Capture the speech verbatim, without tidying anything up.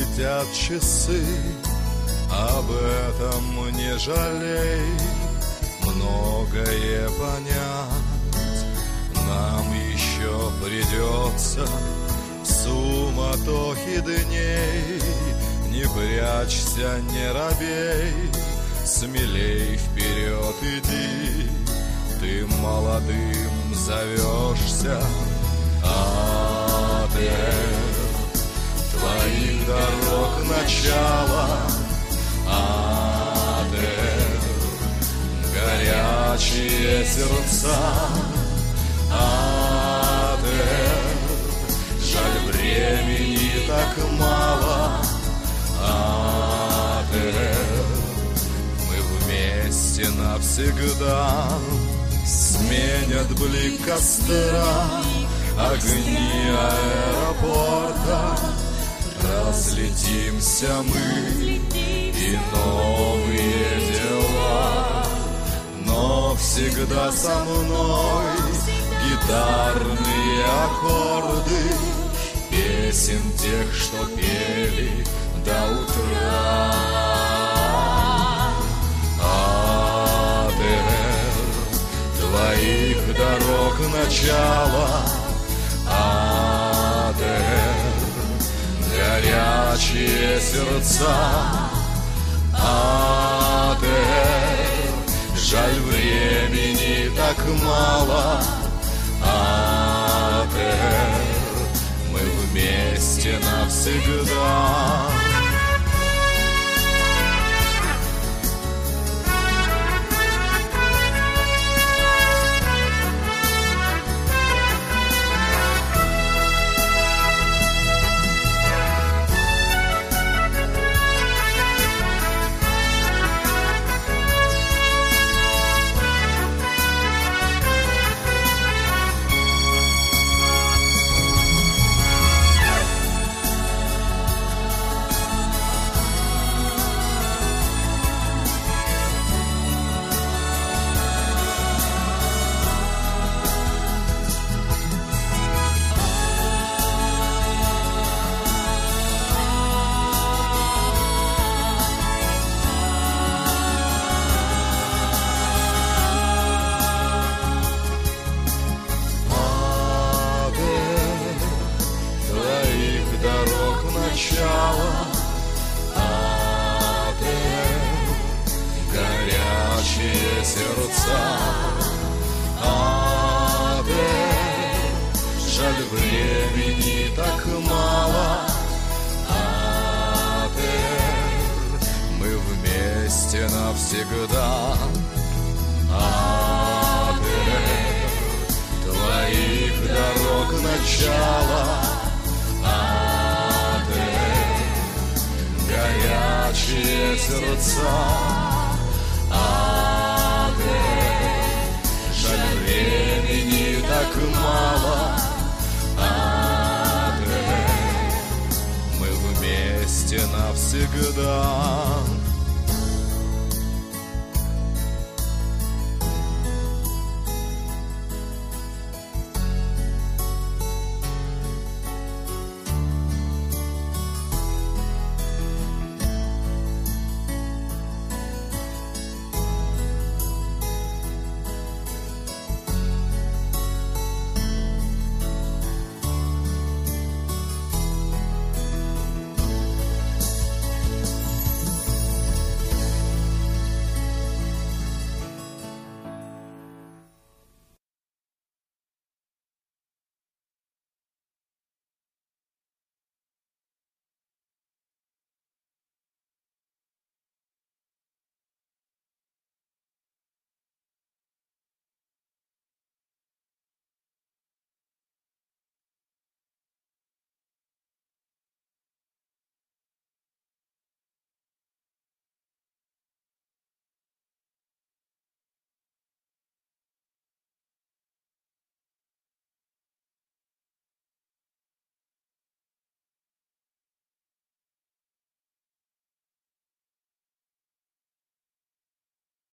летят часы, об этом не жалей. Многое понять нам еще придется в суматохе дней. Не прячься, не робей, смелей вперед иди. Ты молодым зовешься, Адер, твоих дорог начало, Адер, горячие сердца, Адер, жаль, времени так мало, Адер, мы вместе навсегда. Сменят блик костра огни аэропорта, разлетимся мы и новые дела. Но всегда со мной гитарные аккорды песен тех, что пели до утра. Адер, твоих дорог начало, Адер, горячие сердца, Адер, жаль, времени так мало, Адер, мы вместе навсегда. Адер, горячие сердца, Адер, жаль, времени так мало, Адер, мы вместе навсегда. Адер, твоих дорог начало, горячие сердца, Адер, жаль, времени так мало, Адер, мы вместе навсегда.